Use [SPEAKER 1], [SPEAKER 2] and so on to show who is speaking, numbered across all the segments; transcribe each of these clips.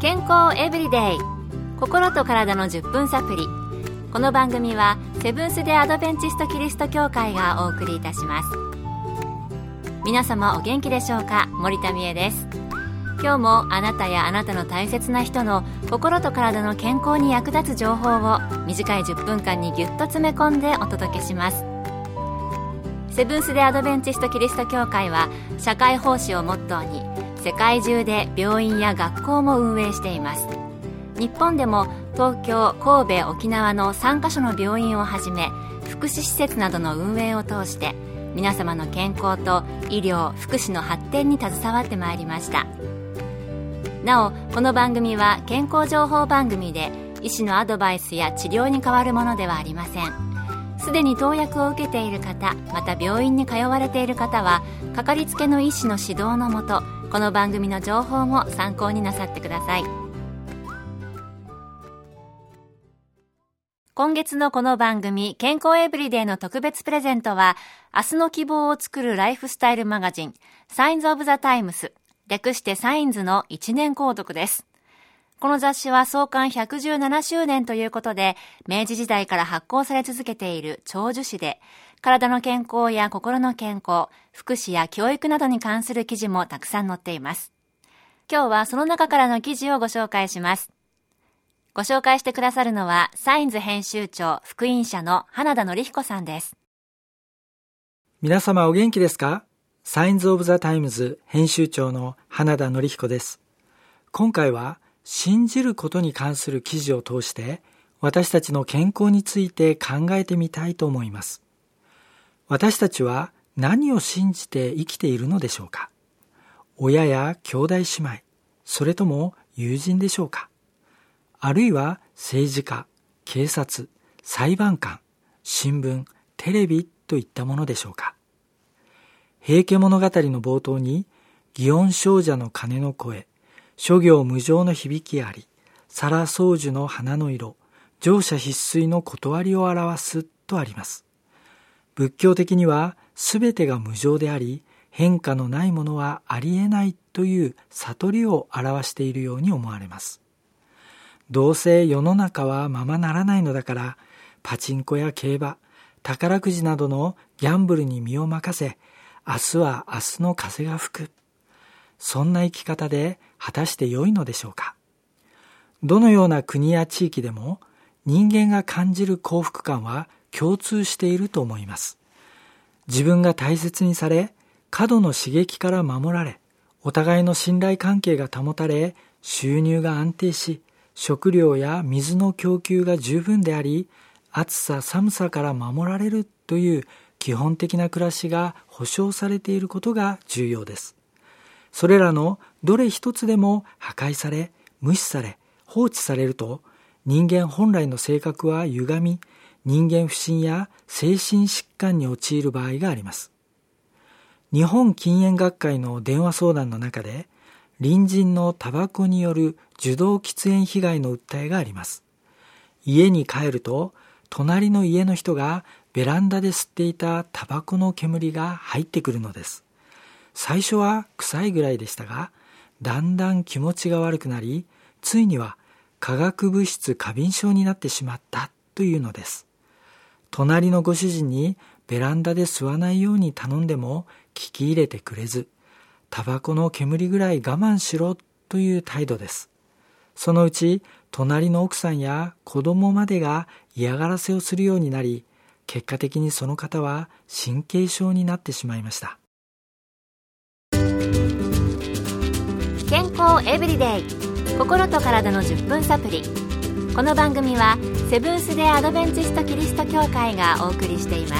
[SPEAKER 1] 健康エブリデイ、心と体の10分サプリ。この番組はセブンス・デ・アドベンチスト・キリスト教会がお送りいたします。皆様お元気でしょうか。森田美恵です。今日もあなたやあなたの大切な人の心と体の健康に役立つ情報を短い10分間にぎゅっと詰め込んでお届けします。セブンス・デ・アドベンチスト・キリスト教会は社会奉仕をモットーに世界中で病院や学校も運営しています。日本でも東京、神戸、沖縄の3カ所の病院をはじめ福祉施設などの運営を通して皆様の健康と医療・福祉の発展に携わってまいりました。なお、この番組は健康情報番組で医師のアドバイスや治療に代わるものではありません。すでに投薬を受けている方、また病院に通われている方はかかりつけの医師の指導のもと、この番組の情報も参考になさってください。今月のこの番組健康エブリデイの特別プレゼントは、明日の希望を作るライフスタイルマガジンサインズ・オブ・ザ・タイムス、略してサインズの1年購読です。この雑誌は創刊117周年ということで、明治時代から発行され続けている長寿誌で、体の健康や心の健康、福祉や教育などに関する記事もたくさん載っています。今日はその中からの記事をご紹介します。ご紹介してくださるのはサインズ編集長副印社の花田紀彦さんです。
[SPEAKER 2] 皆様お元気ですか？サインズ・オブ・ザ・タイムズ編集長の花田紀彦です。今回は信じることに関する記事を通して私たちの健康について考えてみたいと思います。私たちは何を信じて生きているのでしょうか？親や兄弟姉妹、それとも友人でしょうか？あるいは政治家、警察、裁判官、新聞、テレビといったものでしょうか？平家物語の冒頭に、祇園精舎の鐘の声、諸行無常の響きあり、皿宗樹の花の色、乗車必須の断りを表すとあります。仏教的には、すべてが無常であり、変化のないものはありえないという悟りを表しているように思われます。どうせ世の中はままならないのだから、パチンコや競馬、宝くじなどのギャンブルに身を任せ、明日は明日の風が吹く。そんな生き方で果たして良いのでしょうか？どのような国や地域でも人間が感じる幸福感は共通していると思います。自分が大切にされ、過度の刺激から守られ、お互いの信頼関係が保たれ、収入が安定し、食料や水の供給が十分であり、暑さ寒さから守られるという基本的な暮らしが保障されていることが重要です。それらのどれ一つでも破壊され、無視され、放置されると、人間本来の性格は歪み、人間不信や精神疾患に陥る場合があります。日本禁煙学会の電話相談の中で、隣人のタバコによる受動喫煙被害の訴えがあります。家に帰ると、隣の家の人がベランダで吸っていたタバコの煙が入ってくるのです。最初は臭いぐらいでしたが、だんだん気持ちが悪くなり、ついには化学物質過敏症になってしまったというのです。隣のご主人にベランダで吸わないように頼んでも聞き入れてくれず、タバコの煙ぐらい我慢しろという態度です。そのうち隣の奥さんや子供までが嫌がらせをするようになり、結果的にその方は神経症になってしまいました。
[SPEAKER 1] 健康エブリデイ、心と体の10分サプリ。この番組はセブンス・デ・アドベンチスト・キリスト教会がお送りしています。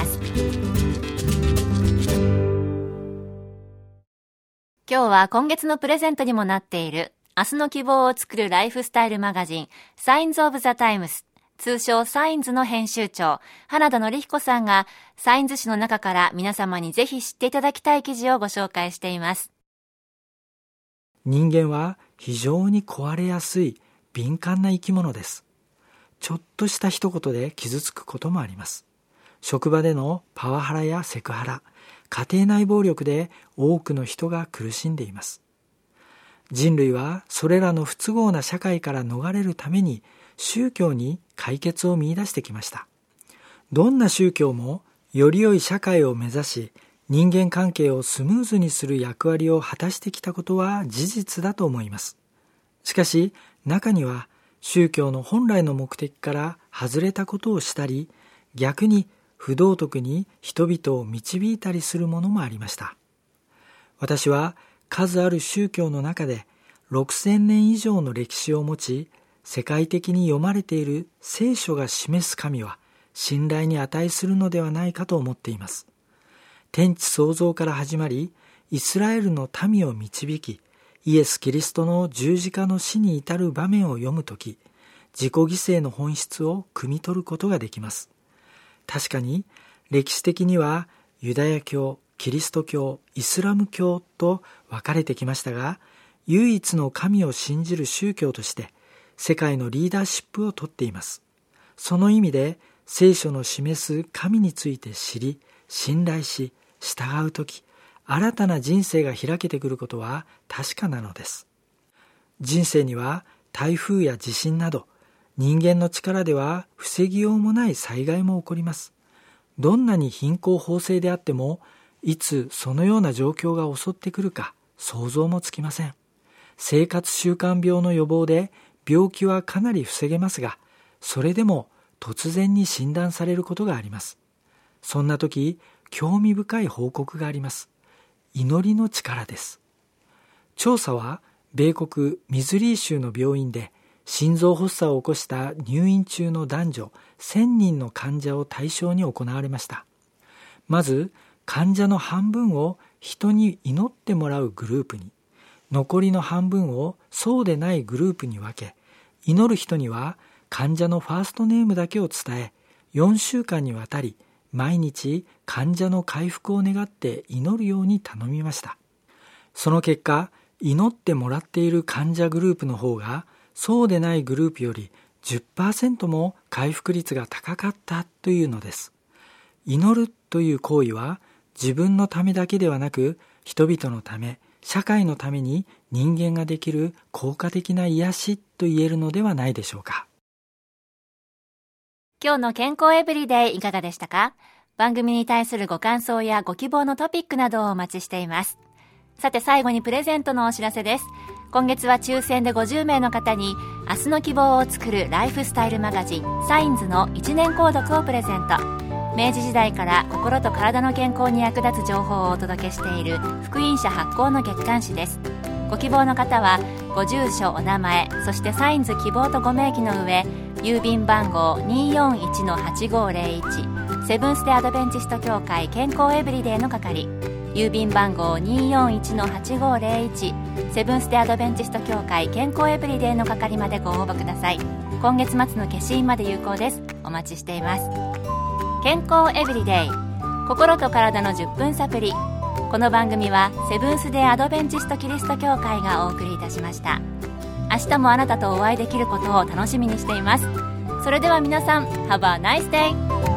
[SPEAKER 1] 今日は今月のプレゼントにもなっている明日の希望を作るライフスタイルマガジンサインズ・オブ・ザ・タイムス、通称サインズの編集長花田紀彦さんがサインズ誌の中から皆様にぜひ知っていただきたい記事をご紹介しています。
[SPEAKER 2] 人間は非常に壊れやすい敏感な生き物です。ちょっとした一言で傷つくこともあります。職場でのパワハラやセクハラ、家庭内暴力で多くの人が苦しんでいます。 人類はそれらの不都合な社会から逃れるために宗教に解決を見出してきました。どんな宗教もより良い社会を目指し、人間関係をスムーズにする役割を果たしてきたことは事実だと思います。しかし、中には宗教の本来の目的から外れたことをしたり、逆に不道徳に人々を導いたりするものもありました。私は数ある宗教の中で6000年以上の歴史を持ち、世界的に読まれている聖書が示す神は信頼に値するのではないかと思っています。天地創造から始まり、イスラエルの民を導き、イエス・キリストの十字架の死に至る場面を読むとき、自己犠牲の本質を汲み取ることができます。確かに、歴史的にはユダヤ教、キリスト教、イスラム教と分かれてきましたが、唯一の神を信じる宗教として、世界のリーダーシップをとっています。その意味で、聖書の示す神について知り、信頼し、従うとき、新たな人生が開けてくることは確かなのです。人生には台風や地震など、人間の力では防ぎようもない災害も起こります。どんなに貧困法制であっても、いつそのような状況が襲ってくるか想像もつきません。生活習慣病の予防で病気はかなり防げますが、それでも突然に診断されることがあります。そんな時、興味深い報告があります。祈りの力です。調査は米国ミズリー州の病院で心臓発作を起こした入院中の男女1000人の患者を対象に行われました。まず患者の半分を人に祈ってもらうグループに、残りの半分をそうでないグループに分け、祈る人には患者のファーストネームだけを伝え、4週間にわたり毎日患者の回復を願って祈るように頼みました。その結果、祈ってもらっている患者グループの方がそうでないグループより 10% も回復率が高かったというのです。祈るという行為は自分のためだけではなく、人々のため、社会のために人間ができる効果的な癒しと言えるのではないでしょうか。
[SPEAKER 1] 今日の健康エブリデイいかがでしたか？番組に対するご感想やご希望のトピックなどをお待ちしています。さて最後にプレゼントのお知らせです。今月は抽選で50名の方に明日の希望を作るライフスタイルマガジンサインズの1年購読をプレゼント。明治時代から心と体の健康に役立つ情報をお届けしている福音社発行の月刊誌です。ご希望の方はご住所、お名前、そしてサインズ希望とご明記の上、郵便番号 241-8501 セブンス・デ・アドベンチスト協会健康エブリデイの係、郵便番号 241-8501 セブンス・デ・アドベンチスト協会健康エブリデイの係までご応募ください。今月末の消印まで有効です。お待ちしています。健康エブリデイ、心と体の10分サプリ。この番組はセブンス・デ・アドベンチスト・キリスト教会がお送りいたしました。明日もあなたとお会いできることを楽しみにしています。それでは皆さん、Have a nice day!